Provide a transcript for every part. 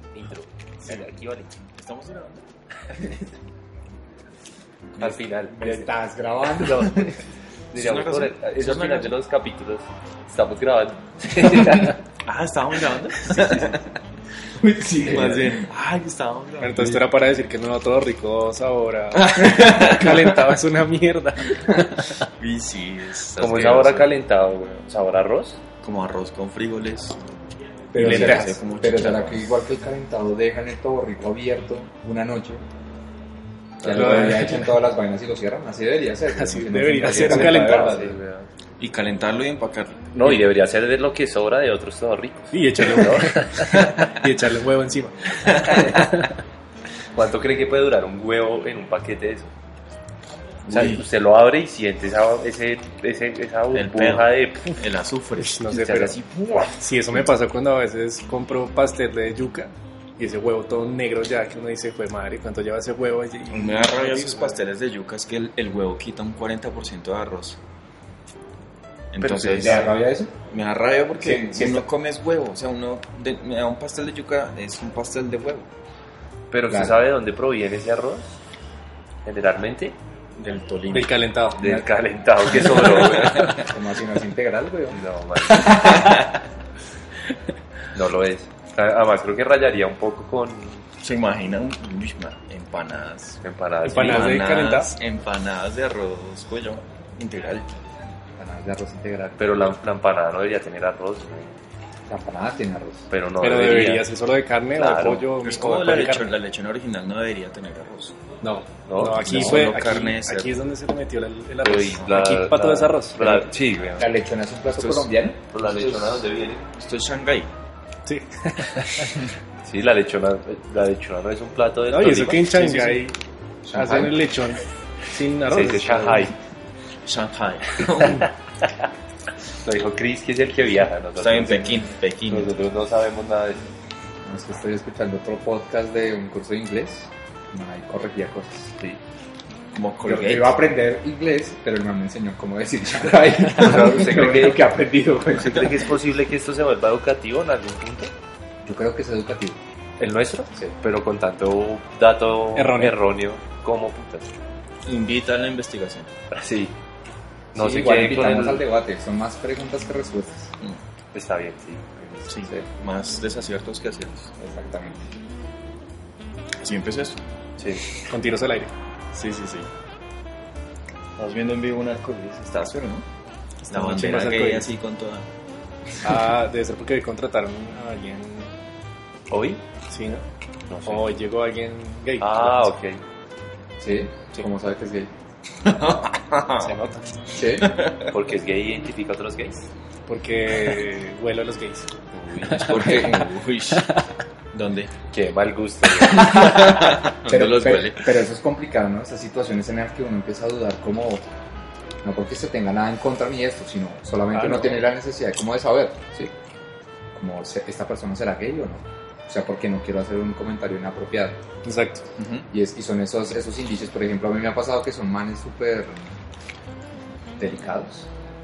Intro. Sí. Aquí vale. ¿Estamos grabando? Al final. ¿Me estás grabando? Diríamos ¿Es una canción? es al final de los capítulos. Estamos grabando. Ah, ¿estábamos grabando? Sí, Más bien. Ay, estábamos grabando. Entonces esto era para decir que no, todo rico, sabor a... calentado es una mierda. Y sí, es Como es asqueroso. ahora calentado, güey. ¿Sabor a arroz? Como arroz con frijoles. Pero, Y será, lentejas, como Pero será chicharrón. que igual que el calentado dejan el torrico abierto una noche, ya Claro. ya echan todas las vainas y lo cierran. Así debería ser. Así ¿no? Que no debería se ser un calentado, calentado. de Sí, verdad. güey. Y calentarlo y empacarlo. No, y debería ser de lo que sobra de otros todos ricos. Y echarle un huevo. Y echarle un huevo encima. ¿Cuánto cree que puede durar un huevo en un paquete de eso? O sea, Uy. usted lo abre y siente esa El burbuja de... El azufre. No y sé, se hace pero así, sí, eso me pasa cuando a veces compro pastel de yuca y ese huevo todo negro ya, que uno dice, fue madre, ¿cuánto lleva ese huevo allí? Me da rabia esos pasteles de yuca, es que el huevo quita un 40% de arroz. Entonces, ¿Te da rabia eso? me da rabia porque Sí, sí uno está. come huevo. O sea, me da un pastel de yuca, es un pastel de huevo. Pero ¿usted Claro. sabe de dónde proviene ese arroz? Generalmente Del Tolima. Del calentado. del calentado que sobró, güey. Como así no es integral, güey. No, man. No lo es. Además creo que rayaría un poco con ¿Se imaginan? Empanadas. empanadas. Empanadas de calentado. Empanadas de arroz, pollo integral. Empanadas de arroz integral. Pero la empanada no debería tener arroz, güey. La empanada tiene arroz. Pero no Pero debería ser solo de carne o Claro. de pollo. Es o como de la carne. lechona original no debería tener arroz. No, No, no, aquí no, fue, solo aquí, carne de cerdo. aquí es donde se le metió el Pero arroz. y Aquí para todo es arroz. Sí, güey. ¿La lechona es un plato Esto es- colombiano? Pero la lechona, ¿dónde viene? Esto es Shanghái. Sí. Sí, la lechona no es un plato de No, y eso que en Sí, sí, Shanghái hacen el lechón sin arroz. Se dice Shanghai. Shanghái. Lo dijo Chris, que es el que viaja. Nosotros, Está en Pekín. Nosotros no sabemos nada de eso. No, es que estoy escuchando otro podcast de un curso de inglés. No, ahí corregía cosas. Sí. Como Yo Colgate. iba a aprender inglés, pero el man me enseñó cómo decir Shanghai. ¿Usted Lo cree único que he aprendido, güey. ¿Usted cree que es posible que esto se vuelva educativo en algún punto? Yo creo que es educativo. ¿El nuestro? Sí. Pero con tanto dato Erróneo. como putas. Invita a la investigación. Sí. No Sí, sé igual qué invitamos al debate. Son más preguntas que respuestas. Está bien, sí. Sí, Sí. más desaciertos que aciertos. Exactamente. Siempre es eso. Sí. Con tiros al aire. Sí. Estás viendo en vivo un arcoíris. Estás, pero no. La Estamos bandera más gay arcoíris. así con toda. Ah, debe ser porque hoy contrataron a alguien. ¿Hoy? Sí, ¿no? No sé. O hoy llegó alguien gay. Ah, ok. ¿Sí? Sí. ¿Cómo sabe que es gay? Se nota. ¿Sí? Porque es gay y identifica a otros gays. Porque huelo a los gays. Uy, Porque, uy, ¿dónde? qué mal gusto. ¿Dónde los huele? pero eso es complicado, ¿no? Esas situaciones en las que uno empieza a dudar como... No porque se tenga nada en contra ni esto, sino solamente Ah, uno no. tiene la necesidad como de saber, ¿sí? Como, ¿esta persona será gay o no? O sea, porque no quiero hacer un comentario inapropiado. Exacto. Y son esos indicios, por ejemplo, a mí me ha pasado que son manes súper delicados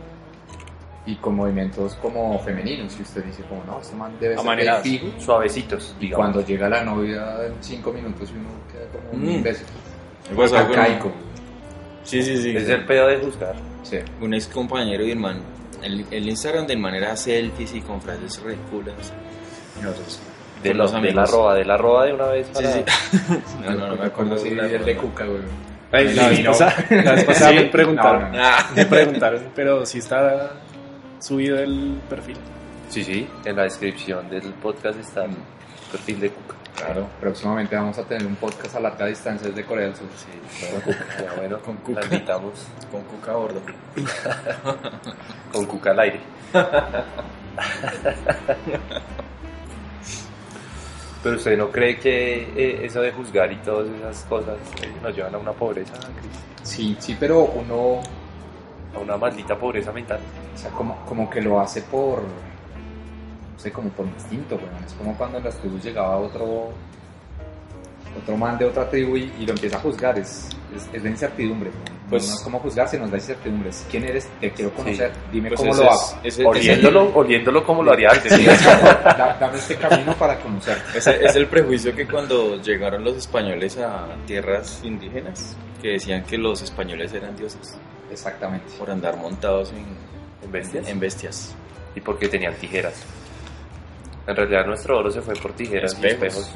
y con movimientos como femeninos, y usted dice como, no, este man debe ser gay Amanerados. fijo. Suavecitos, Y digamos. cuando llega la novia en 5 minutos y uno queda como un imbécil. Arcaico. Arcaico. Sí. Es el pedo de juzgar. Sí. Un ex compañero y el man, el Instagram del man era selfies y con frases ridiculas. Nosotros, De con los la amigos. arroba de una vez. Sí, Para... sí. No me acuerdo si de la el de Cuca, güey. Ay, la vez no. pasada Sí. me preguntaron. No. Me preguntaron, pero si está subido el perfil. Sí, en la descripción del podcast está el perfil de Cuca. Claro, próximamente vamos a tener un podcast a larga distancia desde Corea del Sur. Sí, ya bueno, Con Cuca. la invitamos Con Cuca a bordo. con Cuca al aire. Pero usted no cree que eso de juzgar y todas esas cosas nos llevan a una pobreza, Cris? Sí, pero uno, A una maldita pobreza mental. o sea, como que lo hace por, no sé, como por instinto, weón. Es como cuando en las tribus llegaba otro man de otra tribu y lo empieza a juzgar. Es de incertidumbre, weón. Pues no es como juzgar, se nos da incertidumbres. ¿Quién eres? Te quiero conocer. Dime Pues cómo ese lo es- hago. Oliéndolo como lo haría antes. Dame este camino para conocer. Ese es el prejuicio que cuando llegaron los españoles a tierras indígenas, que decían que los españoles eran dioses Exactamente. por andar montados ¿En bestias? en bestias. Y porque tenían tijeras. En realidad nuestro oro se fue por tijeras y espejos.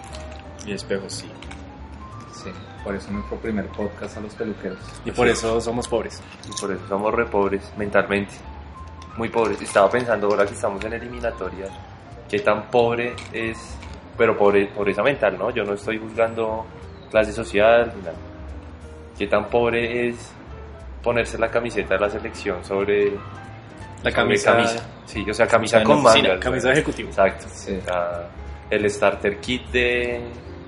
Y espejos, sí. Sí, por eso nuestro primer podcast a los peluqueros. Y por eso somos pobres. Y por eso somos re pobres mentalmente. Muy pobres. Estaba pensando ahora que estamos en eliminatoria, qué tan pobre es, pero pobreza mental, ¿no? Yo no estoy juzgando clase social ni nada. Qué tan pobre es ponerse la camiseta de la selección sobre La camisa. Sí, o sea, camisa O sea, en con la oficina, mangas. Camisa güey. ejecutivo. Exacto. Sí. O sea, el starter kit de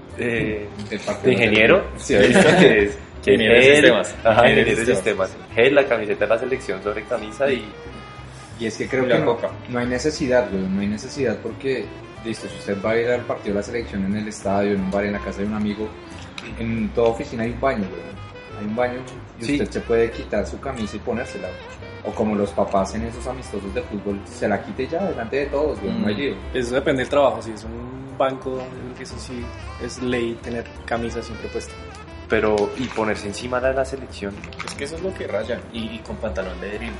El partido de ingeniero. Sí. ¿Sí? Que es Ingeniero de gel, sistemas. Ajá, Ingeniero de ingeniero de sistemas. Gel, la camiseta de la selección sobre camisa y Y es que creo Y que la no, coca. no hay necesidad, güey, no hay necesidad porque, listo, si usted va a ir al partido de la selección en el estadio, en un bar, en la casa de un amigo, en toda oficina hay un baño, güey. Hay un baño y Sí. usted se puede quitar su camisa y ponérsela. O como los papás en esos amistosos de fútbol, se la quite ya delante de todos, güey, no hay lío. Eso depende del trabajo. Si es un banco, yo creo que eso sí es ley tener camisa siempre puesta. pero y ponerse encima de la selección. Es que eso es lo que rayan. Y con pantalón de deril.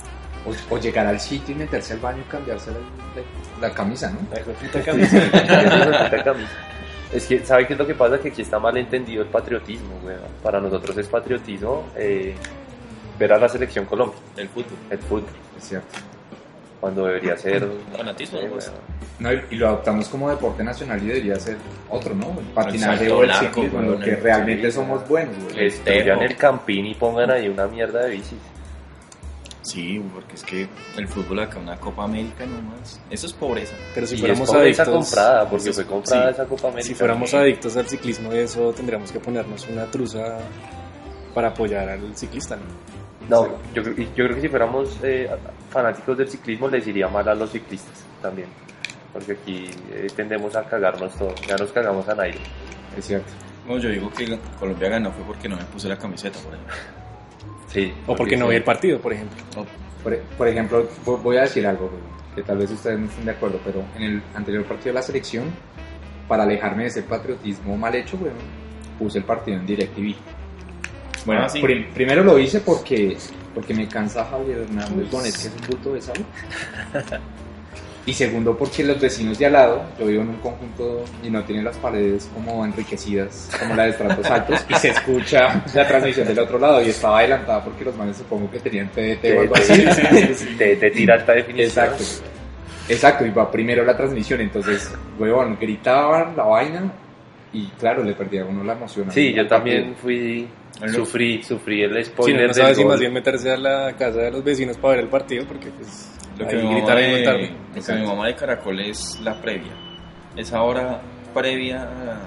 O llegar al sitio y meterse al baño y cambiarse la camisa, ¿no? La puta camisa. Esa camisa. Es que, ¿sabe qué es lo que pasa? Que aquí está mal entendido el patriotismo, güey. Para nosotros es patriotismo ver a la selección Colombia, El fútbol. el fútbol, Es cierto. cuando debería ser Fanatismo, pues. No, y lo adoptamos como deporte nacional y debería ser otro, ¿no? El patinaje salto o el largo, ciclismo, en lo güey, que el realmente ciclismo. somos buenos, güey. destruyan tejo. el campín y pongan ahí una mierda de bicis. Sí, porque es que el fútbol acá, una Copa América nomás. Eso es pobreza. Pero si Y fuéramos es pobreza adictos, comprada, porque eso fue es- comprada sí. esa Copa América. si fuéramos adictos al ciclismo y eso, tendríamos que ponernos una truza para apoyar al ciclista, ¿no? No, yo creo que si fuéramos fanáticos del ciclismo les iría mal a los ciclistas también. Porque aquí tendemos a cagarnos todos, ya nos cagamos a nadie. Es cierto. No, yo digo que Colombia ganó fue porque no me puse la camiseta, por ejemplo. Sí. O porque no sí. vi el partido, por ejemplo. Por ejemplo, voy a decir algo, güey, que tal vez ustedes no estén de acuerdo, pero en el anterior partido de la selección, para alejarme de ese patriotismo mal hecho, güey, puse el partido en DirecTV. Bueno, sí. primero lo hice porque me cansa Javier Hernández Bonet, que es un bulto de salud. Y segundo, porque los vecinos de al lado, yo vivo en un conjunto y no tienen las paredes como enriquecidas, como la de estratos altos, y se escucha la transmisión del otro lado. Y estaba adelantada porque los manes supongo que tenían TDT o algo así. Te tira alta definición. Exacto. Exacto, y va primero la transmisión, entonces, huevón, gritaban la vaina y claro, le perdía a uno la emoción. Sí, yo al también partido. sufrí el Si no, spoiler no sabes si del más gol. bien meterse a la casa de los vecinos para ver el partido, porque pues Lo que, ahí mi mamá gritar y de, montarme. lo que mi mamá de Caracol es la previa. Esa hora previa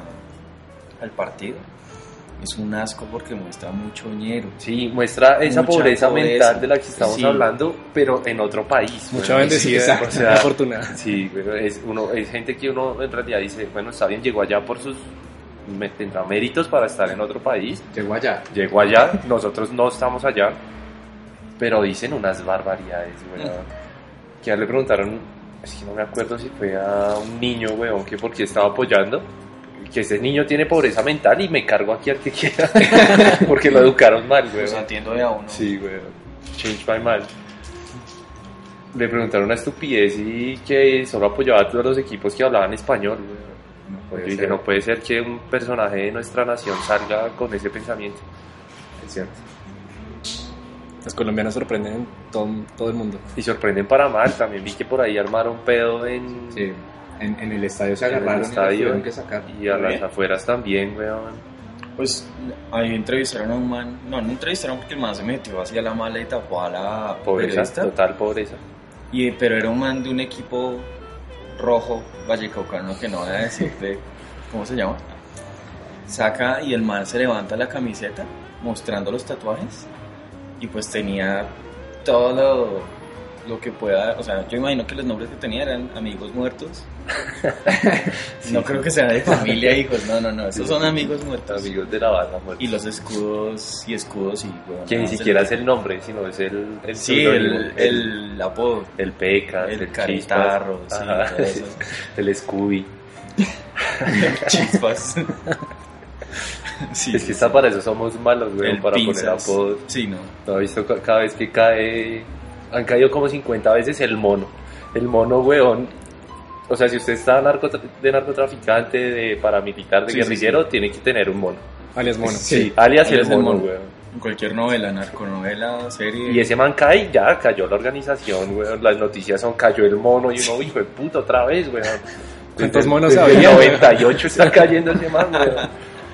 al partido es un asco porque muestra mucho ñero. Sí, muestra esa Mucha pobreza pobreza. mental de la que estamos Sí. hablando, pero en otro país. Mucha güey. bendecida, exacto. O sea, afortunada. Sí, pero es gente que uno en realidad dice, bueno, está bien, llegó allá por sus tendrá méritos para estar en otro país, Llegó allá. llegó allá, nosotros no estamos allá, pero dicen unas barbaridades, weón. Que ya le preguntaron, es que no me acuerdo si fue a un niño, weón, que por qué estaba apoyando, que ese niño tiene pobreza mental y me cargo aquí al que quiera, porque lo educaron mal, Pues weón. atiendo de a uno. Sí, weón. Change my mind. Le preguntaron una estupidez y que solo apoyaba a todos los equipos que hablaban español, weón. No Yo puede dije, ser. no puede ser que un personaje de nuestra nación salga con ese pensamiento. Es cierto. Los colombianos sorprenden en todo el mundo. Y sorprenden para mal. También vi que por ahí armaron pedo en... Sí. En el estadio se En el agarraron y estadio. los tuvieron que sacar. Y a las Bien. afueras también, weón. Pues ahí entrevistaron a un man, no entrevistaron porque el man se metió hacia la mala y tapó a la Pobreza, periodista. total pobreza. Pero era un man de un equipo rojo, vallecaucano, que no voy a decirte cómo se llama. Saca y el man se levanta la camiseta mostrando los tatuajes y pues tenía todo lo que pueda, o sea, yo imagino que los nombres que tenía eran amigos muertos. No creo que sean de familia, hijos, no, esos son amigos muertos. Amigos de la banda muertos. Y los escudos y, bueno, que ni siquiera es el nombre, sino es el sí, seudónimo, el apodo. el Pecas, El el Caritarro, Chispas, sí, ajá, todo eso. el Scooby. Chispas. Sí, Es que está para eso somos malos, güey, el para Pinzas. poner apodos. Sí, no. ¿No has visto cada vez que cae? Han caído como 50 veces el mono. El mono, weón. O sea, si usted está de narcotraficante, de paramilitar, de Sí, guerrillero, tiene que tener un mono. Alias mono. Sí, alias el Alias el mono, mono. weón. En cualquier novela, narconovela, serie. Y ese man cae y ya cayó la organización, weón. Las noticias son cayó el mono y uno, hijo de puta, otra vez, weón. ¿Cuántos monos desde el había? 98 está cayendo ese man, weón.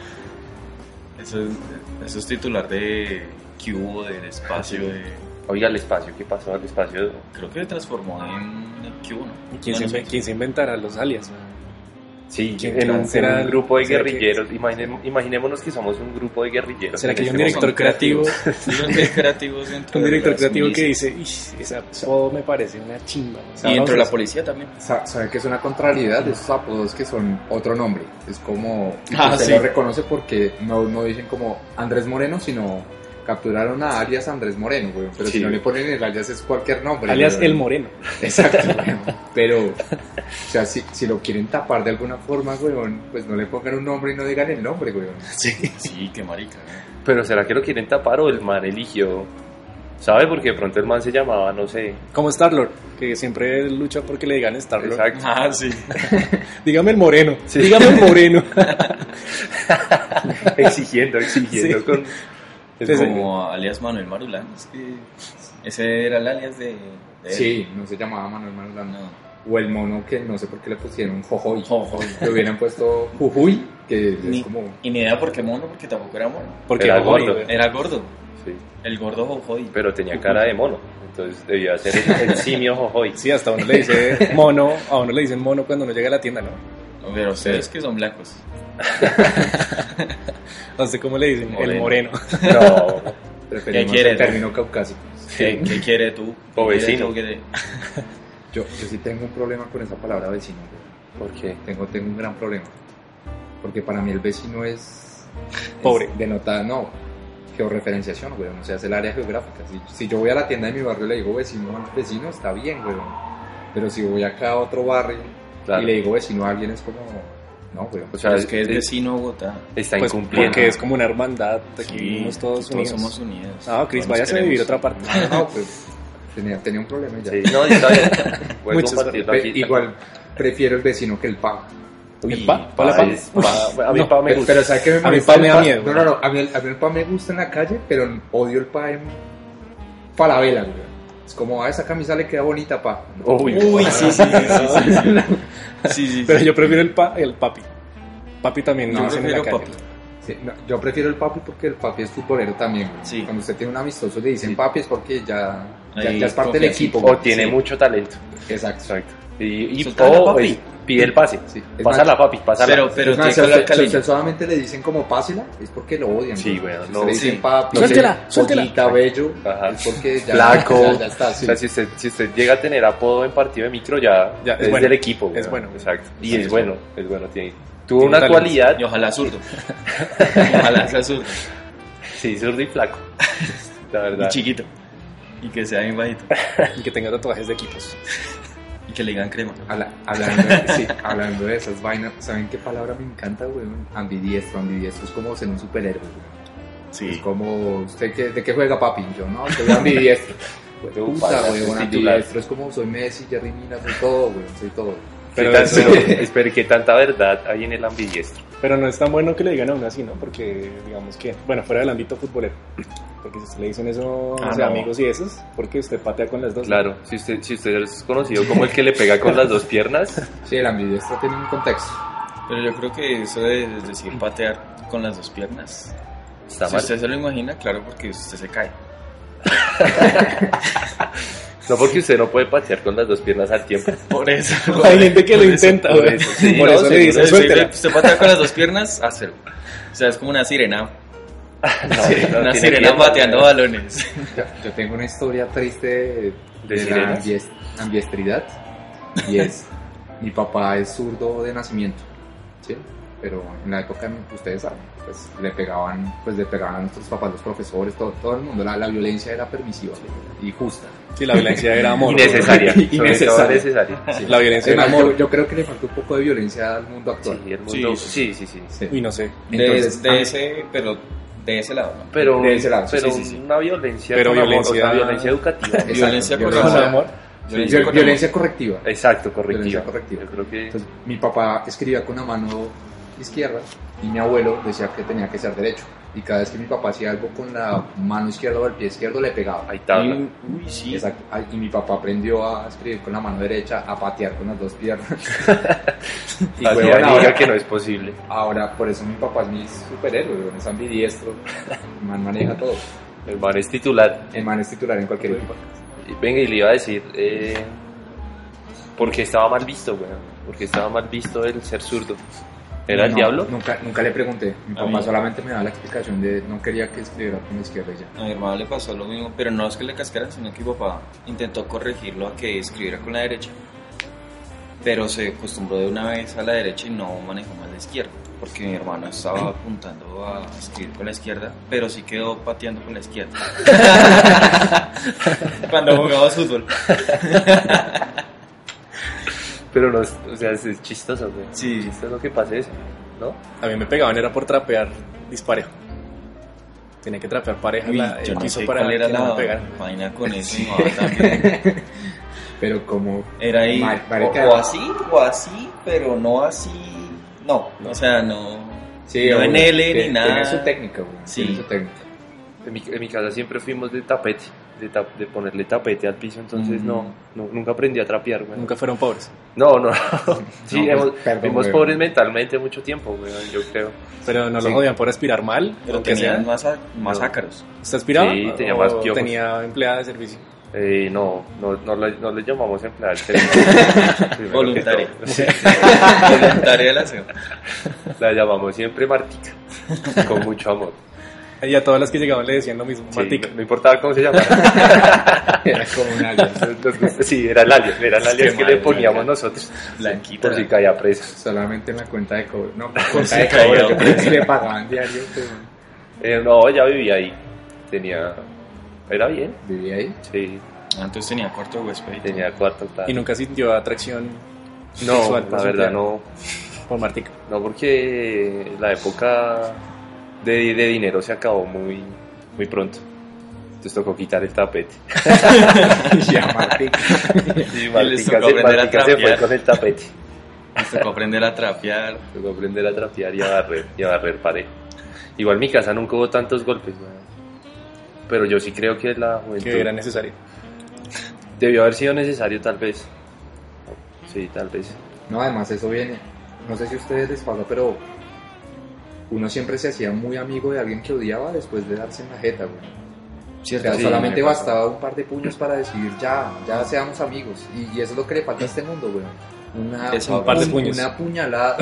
Eso es titular de Cubo, del espacio, de... Oiga, el espacio, ¿qué pasó al espacio? Creo que se transformó en Cubo, ¿no? ¿Y quién, Bueno, se, sí. quién se inventará los alias? Sí, ¿Quién en un será? grupo de ¿Será que- guerrilleros. Imaginémonos que somos un grupo de guerrilleros. ¿Será que hay un En este director creativo? Son creativos dentro Un de director las creativo que milicias. dice, ese apodo me parece una chimba. Y dentro de la policía también. ¿Sabe que es una contrariedad de esos apodos que son otro nombre? Es como, Ah, usted sí. lo reconoce porque no dicen como Andrés Moreno, sino capturaron a alias Andrés Moreno, güey. Pero Sí. si no le ponen el alias es cualquier nombre. Alias güey. El Moreno. Exacto, güey. Pero, o sea, si lo quieren tapar de alguna forma, güey, pues no le pongan un nombre y no digan el nombre, güey. Sí, qué marica, ¿no? Pero ¿será que lo quieren tapar o el man eligió? ¿Sabe? Porque de pronto el man se llamaba, no sé. Como Star-Lord, que siempre lucha porque le digan Star-Lord. Exacto. Ah, sí. Dígame el Moreno. Sí. Dígame el Moreno. exigiendo Sí. con... Es como alias Manuel Marulán. Es que ese era el alias de él. Sí, no se llamaba Manuel Manuel. No. O el mono que no sé por qué le pusieron Jojoy. Jojoy. Le hubieran puesto Jujuy, que es Ni, como... y ni idea por qué mono, porque tampoco era mono. Porque Era Jojoy, gordo. güey. Era gordo. Sí, El gordo Jojoy. pero tenía cara de mono. Entonces debía ser el simio Jojoy. Sí, hasta uno le dice mono, a uno le dicen mono cuando uno llega a la tienda, ¿no? Pero ustedes que son blancos. No sé cómo le dicen, el Moreno. No, Preferimos ¿Qué quieres, el término caucásico. ¿Qué quiere tú? O ¿Qué vecino. quiere tú? Yo sí tengo un problema con esa palabra vecino, güey. ¿por qué? Tengo un gran problema. Porque para mí el vecino es... Pobre. Denota, no, georreferenciación, güey. O sea, es el área geográfica. Si yo voy a la tienda de mi barrio y le digo vecino al vecino, está bien, güey. Pero si voy acá a otro barrio Claro. y le digo vecino a alguien, es como... No, güey. O sea, Pero es que es vecino Bogotá. está Pues incumpliendo. porque es como una hermandad, aquí Sí, vivimos todos unidos. somos unidos. Ah, Chris, Todos nos váyase a vivir queremos. otra parte. No, pues tenía un problema y ya. Sí, no, está bien. Puedes Muchos, compartirlo aquí. Igual prefiero el vecino que el pa. ¿El Uy, pa? ¿Pa la pa? a mí No, pa me Pero, gusta. pero ¿sabes qué me A mí molesta pa me el da miedo. No, a mí el pa me gusta en la calle, pero odio el pa en Falabella, güey. Es como, a esa camisa le queda bonita, pa. Uy, Uy, sí. Sí. Pero yo prefiero el papi. Papi también Yo lo dicen en la prefiero calle. papi. Sí, no, yo prefiero el papi porque el papi es futbolero también, güey. Sí. Cuando usted tiene un amistoso le dicen Sí. papi es porque ya Ahí es parte del confía, equipo. O güey. tiene Sí, mucho talento. Exacto. Exacto. Y Soltala, papi. pide el pase. Sí. Es Pásala, más, papi, pásala. Pero Es tiene más, que si hablar usted, si caleño. usted solamente le dicen como pásela, es porque lo odian. Sí, güey. güey, Si no, usted le dicen sí. papi, Suéltela, suéltela. pollita, bello, Ajá. es porque ya, Flaco. ya está. Sí. O sea, si usted llega a tener apodo en partido de micro, ya Ya, es es bueno. del equipo. güey. Es bueno. Exacto. Y Sí, es es bueno, es bueno. Tuvo Tiene una talento. cualidad. Y ojalá zurdo. Ojalá sea zurdo. Sí, zurdo y flaco. La Y verdad. chiquito. Y que sea bien bajito. Y que tenga tatuajes de equipos. Y que le digan crema. Hablando de esas vainas, ¿saben qué palabra me encanta, güey? Ambidiestro. Ambidiestro es como ser un superhéroe, güey. Es como, ¿usted de qué juega, papi? Yo, no, soy ambidiestro. Güey, Upa, puta, es güey, un titular. ambidiestro es como soy Messi, Jerry Mina, soy todo, güey, soy todo. Pero Pero, eso- espere, ¿qué tanta verdad hay en el ambidiestro? Pero no es tan bueno que le digan a uno así, ¿no? Porque, digamos que, bueno, fuera del ámbito futbolero. Porque si usted le dicen eso Ah, o sea, no. amigos y esos, porque usted patea con las dos. Claro, si usted es conocido como el que le pega con las dos piernas, Sí, el ambidiestro tiene un contexto. Pero yo creo que eso de decir patear con las dos piernas. está Si mal. usted se lo imagina, claro, porque usted se cae. No, porque usted no puede patear con las dos piernas al tiempo. Por eso. Hay gente que lo Por eso, intenta, por güey. eso. Por eso le dicen, Usted suéltela. usted patea con las dos piernas, hácelo. O sea, es como una sirena Una tiene sirena piernas, pateando weón. balones. Yo tengo una historia triste ¿De de la sirenas? ambiestridad y es, mi papá es zurdo de nacimiento, ¿sí? Pero en la época, ustedes saben, pues le pegaban a nuestros papás, los profesores, todo el mundo, la violencia era permisiva y justa. Sí, la violencia era amor. Innecesaria. Sobre todo Innecesaria. necesaria. Sí, la violencia era Además, amor. yo creo que le falta un poco de violencia al mundo actual. Sí, el mundo. Sí, Sí. Sí. Uy, no sé. Entonces, De ese lado, ¿no? Pero, De ese lado, sí, pero sí. una violencia. Pero con amor, violencia- o sea, violencia educativa. Exacto, Violencia con violencia- ¿Con amor? Violencia correctiva. Exacto, correctiva. Violencia correctiva. Yo creo que. Entonces, mi papá escribía con la mano izquierda y mi abuelo decía que tenía que ser derecho. Y cada vez que mi papá hacía algo con la mano izquierda o el pie izquierdo, le pegaba. Ahí tabla. Uy, sí. Exacto. Ay, y mi papá aprendió a escribir con la mano derecha, a patear con las dos piernas. y Así huevón, diga que no es posible. ahora, por eso mi papá es mi superhéroe, huevón, es ambidiestro. El man maneja todo. El man es titular. El man es titular en cualquier equipo. Y venga, y le iba a decir. Porque estaba mal visto, weón. Porque estaba mal visto el ser zurdo. ¿Era el No, diablo? Nunca le pregunté. Mi A papá mí. solamente me daba la explicación de no quería que escribiera con la izquierda y ya. A mi hermano le pasó lo mismo, pero no es que le cascaran, sino que mi papá intentó corregirlo a que escribiera con la derecha. Pero se acostumbró de una vez a la derecha y no manejó más la izquierda. Porque mi hermano estaba apuntando a escribir con la izquierda, pero sí quedó pateando con la izquierda. Cuando jugaba fútbol. Pero no, o sea, es chistoso, güey. Sí. Es chistoso que pase eso, ¿no? A mí me pegaban era por trapear disparejo. Tenía que trapear pareja Uy, el yo no piso sé para cuál era que no la me pegaran. vaina con eso. Mi mamá también. Pero como Era ahí, marica, o así, pero no así. No, o sea, no. sí, no en obvio, L ni tiene nada. su técnica, güey. Sí. Tiene su técnica. En mi casa siempre fuimos de tapete, de ponerle tapete al piso, entonces nunca aprendí a trapear, güey. Nunca fueron pobres. No. Sí, No, pues, perdón, fuimos güey. pobres mentalmente mucho tiempo, güey, yo creo. Pero no Sí. lo jodían por respirar mal. Pero o que tenían sea. más No. ácaros. ¿Usted aspiraba? Sí, tenía ¿O más piojos. tenía empleada de servicio? No le llamamos emplear. Primero que Voluntaria. todo. Voluntaria del aseo. La llamamos siempre Martica, con mucho amor. Y a todas las que llegaban le decían lo mismo. Sí, Martica. no importaba cómo se llamara. Era como un alien. Sí, era el alias que madre, le poníamos nosotros. Blanquita. Por si caía preso. Solamente en la cuenta de cobro. No, Por cuenta si de cobro. cayó. Yo creo que sí le pagaban diario, pero No, ya vivía ahí. Era bien, vivía ahí. sí. Antes tenía cuarto de huésped. Tenía cuarto, tal. Y nunca sintió atracción No, sexual por la su verdad empleada. no. Por Martica. No, porque la época de dinero se acabó muy pronto. Entonces tocó quitar el tapete. Ya, Martín. Y les tocó aprender a Martica se fue trapear. con el tapete. Les tocó aprender a trapear. Tocó aprender a trapear y a barrer parejo. Igual en mi casa nunca hubo tantos golpes, weón. Pero yo sí creo que la juventud Que era necesario. debió haber sido necesario, tal vez. Sí, tal vez. No, además eso viene, no sé si a ustedes les pasa, pero uno siempre se hacía muy amigo de alguien que odiaba después de darse en la jeta, güey. O sea, Sí, solamente me pasó. bastaba un par de puños para decir ya seamos amigos. Y eso es lo que le falta a este mundo, güey. Un par de puños. Una puñalada.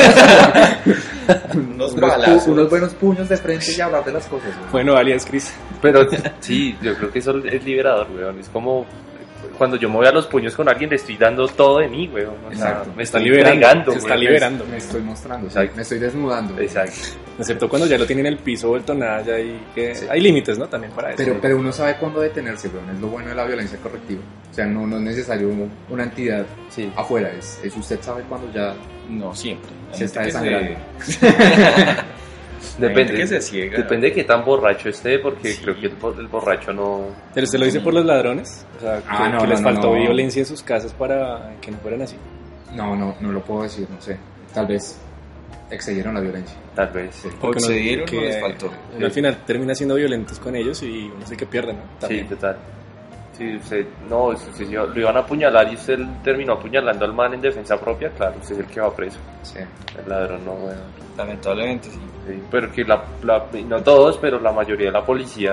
Unos balazos. unos buenos puños de frente y hablar de las cosas, güey. Bueno, alias Chris. Pero sí, yo creo que eso es liberador, weón. Es como cuando yo me voy a los puños con alguien, le estoy dando todo de mí, weón. O sea, Exacto. me Está estoy liberando, entregando, se está weón. liberando. Me estoy mostrando, Exacto. me estoy desnudando. Exacto. Excepto cuando ya lo tienen en el piso vuelto nada, ya Sí. hay límites, ¿no? También para eso. Pero uno sabe cuándo detenerse, weón. Es lo bueno de la violencia correctiva. O sea, no es necesario una entidad Sí. afuera. Es usted sabe cuando ya No, siempre. se está Hay gente desangrando. Depende. que se ciega. Depende de qué tan borracho esté, porque Sí. creo que el borracho no. ¿Pero usted lo dice por los ladrones? O sea, Ah, no, que les no, faltó no. violencia en sus casas para que no fueran así. No lo puedo decir, no sé. Tal vez excedieron la violencia. Tal vez. Sí. Porque Excedieron que o les faltó. uno al final termina siendo violentos con ellos y uno sé que pierde, ¿no? Sí, También. total. Sí, usted, no, usted, si lo iban a apuñalar y usted terminó apuñalando al man en defensa propia, claro, usted es el que va preso. Sí. El ladrón no, bueno. Lamentablemente sí. Sí, pero que no todos, pero la mayoría de la policía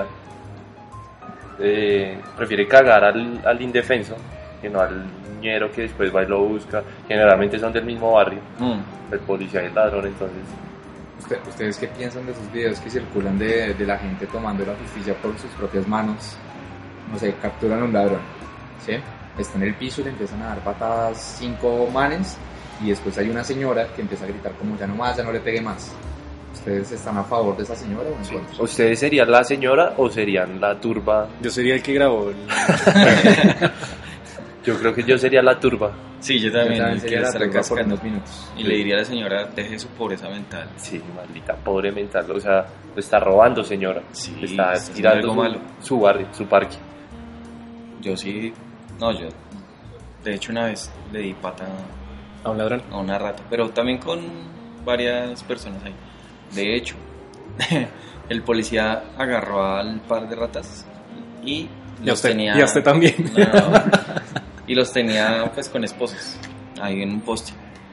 prefiere cagar al indefenso que no al ñero que después va y lo busca. Generalmente son del mismo barrio, el policía y el ladrón, entonces ¿Ustedes qué piensan de esos videos que circulan de la gente tomando la justicia por sus propias manos? No sé, capturan a un ladrón, ¿sí? Está en el piso y le empiezan a dar patadas 5 manes y después hay una señora que empieza a gritar como ya no más, ya no le pegue más. ¿Ustedes están a favor de esa señora o en contra? ¿Ustedes serían la señora o serían la turba? Yo sería el que grabó. Yo creo que yo sería la turba. Sí, yo también, el que sería le la estará turba por cascando. unos minutos. Y le diría a la señora, deje su pobreza mental. Sí, maldita pobre mental. O sea, lo está robando, señora. Sí, Le está está tirando haciendo algo su barrio, su parque. Yo sí, no, yo de hecho una vez le di pata A un ladrón. a una rata, pero también con varias personas ahí. De hecho, el policía agarró al par de ratas y Y los tenía... y a usted también. No, y los tenía pues con esposos ahí en un poste.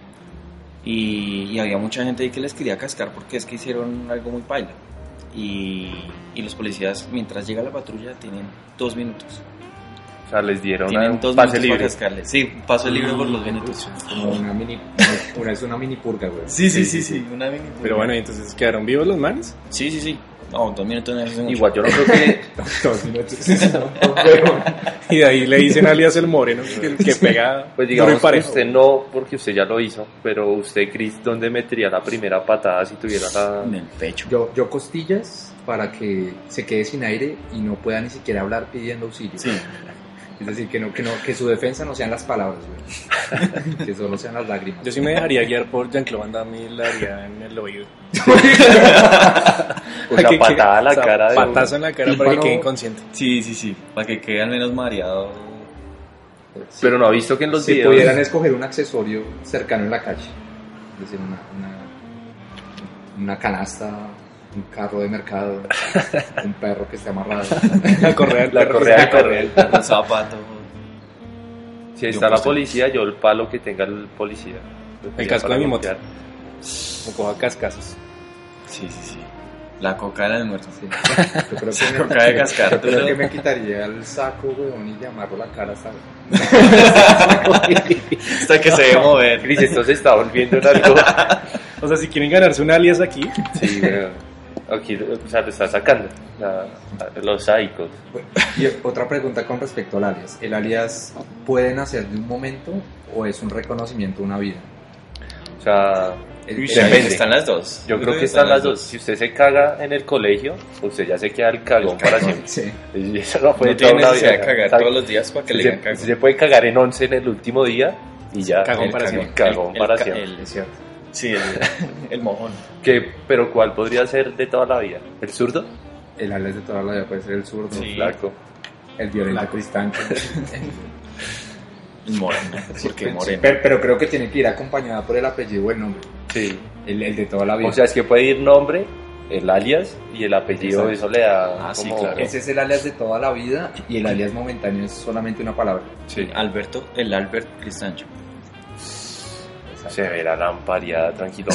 Y había mucha gente ahí que les quería cascar porque es que hicieron algo muy paila. Y los policías, mientras llega la patrulla, tienen 2 minutos. O sea, les dieron Tienen un 2 pase minutos libre. para cascarle. Sí, paso libre por los minutos. Como es una mini purga, güey. Sí, una mini. Pero bueno, ¿y entonces quedaron vivos los manes? Sí. No, 2 minutos no es mucho. Igual yo no creo que 2 minutos. Y de ahí le dicen alias el moreno, que pega pues duro y digamos que parejo. usted no, porque usted ya lo hizo, pero usted, Chris, ¿dónde metería la primera patada si tuviera la... En el pecho. Yo costillas para que se quede sin aire y no pueda ni siquiera hablar pidiendo auxilio. Sí. Es decir, que su defensa no sean las palabras, güey. Que solo sean las lágrimas. Yo sí me dejaría guiar por Jean-Claude Van Damme y la haría en el oído. O sea, patada a la cara de... Patazo en la cara Y para que para quede no- inconsciente. Sí. Para que quede al menos mareado. Pero no ha visto que en los Si videos... pudieran escoger un accesorio cercano en la calle, es decir, una canasta, un carro de mercado, un perro que esté amarrado. La correa del La perro. correa del perro. Un zapato. Si está la policía, yo el palo que tenga el policía. El casco Para de mi moto. golpear. Me coja cascazos. Sí. La coca del almuerzo. Sí. Yo creo Se que acaba de cascar, yo creo pero- que me quitaría el saco, weón, y llamarlo la cara hasta... Hasta que se debe mover. Chris, esto se está volviendo en algo... O sea, si quieren ganarse un alias aquí, Sí, pero... Aquí, o sea, lo está sacando. Los psicos. Y otra pregunta con respecto al alias. ¿El alias puede nacer de un momento o es un reconocimiento de una vida? O sea... Uy, Depende. Están las dos. Yo creo que están las dos. Si usted se caga en el colegio, usted ya se queda el cagón para siempre. Sí. Y eso no No puede tiene toda una necesidad de vida. cagar Exacto. todos los días para que le digan Usted cagón. se puede cagar en 11 en el último día y ya. Cagón el para cagón, siempre. Cagón para siempre. Es cierto. Sí, el mojón. Pero ¿cuál podría ser de toda la vida? ¿El zurdo? El alias de toda la vida puede ser el zurdo, Sí. Flaco. el violento Cristancho. El moreno. Porque moreno. Pero creo que tiene que ir acompañada por el apellido o el nombre. Sí. El de toda la vida. O sea, es que puede ir nombre, el alias y el apellido. Exacto. Eso le da Ah, sí, como... claro. Ese es el alias de toda la vida y el alias momentáneo es solamente una palabra. Sí. El Albert Cristancho. Se verá lampareada, tranquilo.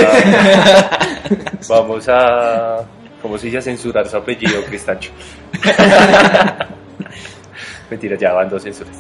Vamos a ¿cómo se dice? A censurar su apellido, Cristancho. Mentira, ya van 2 censuras.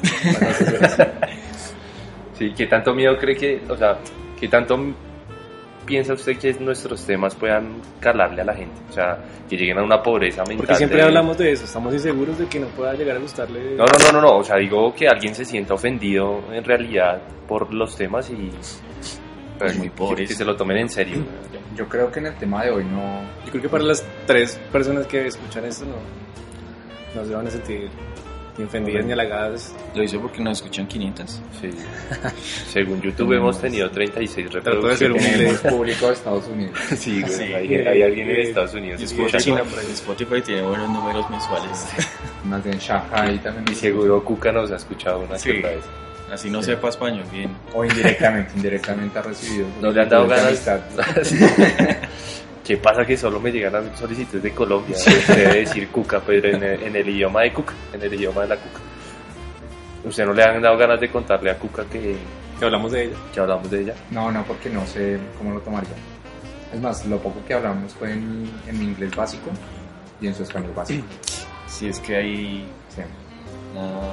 Sí, ¿qué tanto miedo cree que, o sea, qué tanto piensa usted que nuestros temas puedan calarle a la gente? O sea, que lleguen a una pobreza mental. porque siempre hablamos de eso, estamos inseguros de que no pueda llegar a gustarle. No, o sea, digo que alguien se sienta ofendido en realidad por los temas y Pues muy que pobres. se lo tomen en serio. Yo creo que en el tema de hoy no... Yo creo que para las 3 personas que escuchan esto no se van a sentir ni ofendidas ni halagadas. Lo hice porque nos escuchan 500. Sí. Según YouTube hemos tenido 36 Trato de ser reproducciones. Tenemos público de Estados Unidos. Sí, güey, Sí. hay alguien en Estados Unidos. Y escuchando. China, por ahí. Spotify tiene buenos números mensuales. Más bien Shanghai también. Y seguro Cuca nos ha escuchado una Sí. que otra vez. Así no sepa español bien. O indirectamente ha recibido. No le han dado solicitudes de ganas. amistad. ¿Qué pasa que solo me llegan las solicitudes de Colombia? Usted debe decir Cuca, pero en el idioma de Cuca, en el idioma de la Cuca. ¿Usted no le han dado ganas de contarle a Cuca que Hablamos de ella. hablamos de ella? No, porque no sé cómo lo tomaría. Es más, lo poco que hablamos fue en mi inglés básico y en su español básico. Si es que hay Sí. una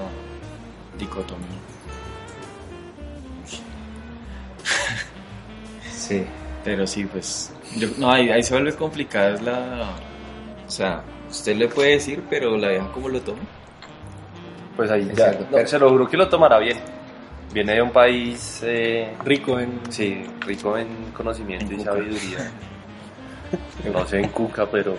dicotomía. Sí. Pero sí, pues, no, ahí se vuelve complicada, o sea, usted le puede decir, pero la vieja como lo toma. Pues ahí Es ya, cierto. se lo juro que lo tomará bien. Viene de un país, Rico en... sí, rico en conocimiento En y cuca. sabiduría. No sé en cuca, pero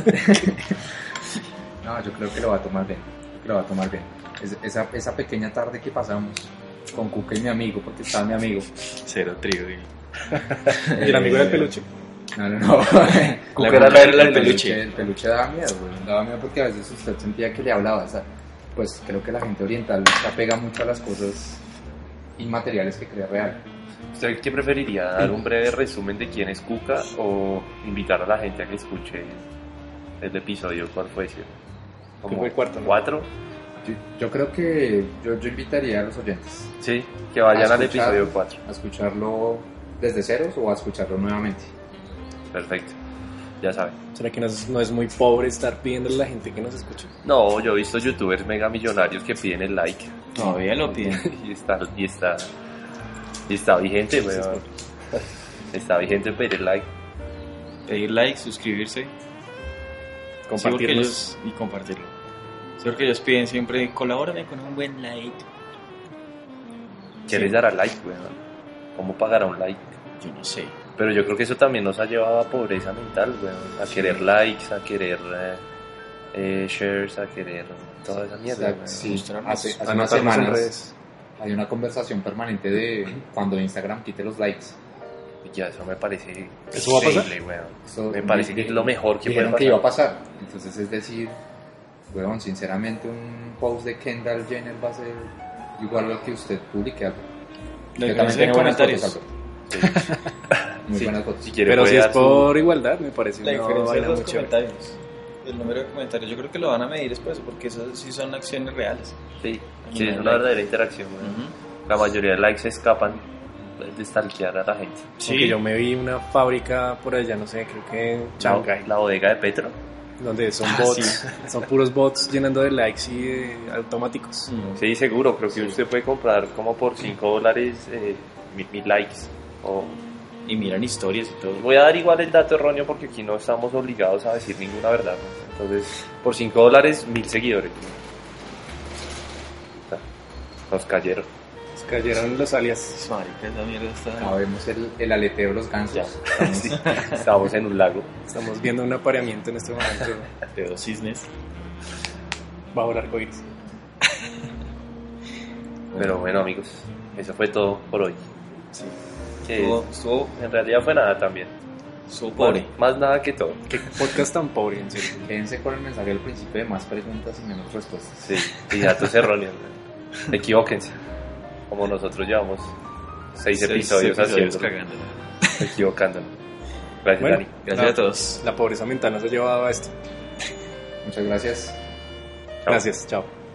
No, yo creo que lo va a tomar bien. Yo creo que lo va a tomar bien. Esa pequeña tarde que pasamos con Cuca y mi amigo, porque estaba mi amigo. Cero trío. ¿Y el amigo era el peluche? No. Cuca La era Cuca la era del el peluche. El peluche daba miedo, güey. Daba miedo porque a veces usted sentía que le hablaba. O sea, pues creo que la gente oriental se apega mucho a las cosas inmateriales que cree real. ¿usted qué preferiría? ¿Dar un breve resumen de quién es Cuca o invitar a la gente a que escuche el episodio? ¿Cuál fue ese? Que fue el cuarto, ¿no? ¿4? Yo creo que yo invitaría a los oyentes Sí, que vayan A al escuchar. episodio 4. a escucharlo desde ceros o a escucharlo nuevamente. Perfecto, ya saben. ¿Será que no es muy pobre estar pidiéndole a la gente que nos escuche? No, yo he visto youtubers mega millonarios que piden el like. Todavía lo piden. y está vigente, weón. Está vigente pedir el like. Pedir like, suscribirse. Compartirlos. Y compartirlo. Sí, porque ellos piden siempre, colabórame con un buen like. ¿Qué Sí. les dará like, weón? ¿Cómo pagará un like? Yo no sé. Pero yo creo que eso también nos ha llevado a pobreza mental, weón. A querer likes, a querer shares, a querer toda esa mierda, weón. Sí, Mostrarnos. hace unas Anotarnos en semanas redes. hay una conversación permanente de cuando Instagram quite los likes. Y ya, eso me parece ¿Eso va a pasar? increíble, weón. Eso Me parece que es lo mejor que puede dijeron pasar. que iba a pasar. Entonces es decir, weón, sinceramente un post de Kendall Jenner va a ser igual a lo que usted publique algo. La Que diferencia de buenas comentarios. fotos, Alberto. Muy Sí, buenas fotos. si quiere Pero puede si es dar su- por igualdad, me parece La una diferencia de vaina los muy chévere. comentarios. El número de comentarios. Yo creo que lo van a medir después, porque eso sí son acciones reales. Sí, sí, es una verdadera interacción, weón. La mayoría de likes se escapan de stalkear a la gente. Porque yo me vi una fábrica por allá, no sé, creo que en Shanghái, La bodega de Petro. donde son Ah, bots, sí. son puros bots llenando de likes y de automáticos. Sí, seguro, creo que usted puede comprar como por $5 mil likes. O... Y miran historias y todo. Voy a dar igual el dato erróneo porque aquí no estamos obligados a decir ninguna verdad, ¿no? Entonces, por $5, 1000 seguidores. Nos cayeron. Se cayeron los alias. Marica, esa mierda está... Ah, vemos el aleteo de los gansos. Sí, estamos en un lago. Estamos viendo un apareamiento en este momento de 2 cisnes. bajo el arco iris. Pero bueno, amigos, eso fue todo por hoy. Sí. Que Estuvo en realidad fue nada también. pobre. Bueno, más nada que todo. Qué podcast tan pobre, en serio. Quédense con el mensaje del principio de más preguntas y menos respuestas. Sí, y datos erróneos. ¿No? Equivóquense. Como nosotros llevamos 6 episodios haciendo. cagándola. Equivocándonos. Gracias, Bueno. Dani. Gracias a todos. La pobreza mental nos ha llevado a esto. Muchas gracias. Chao. Gracias, chao.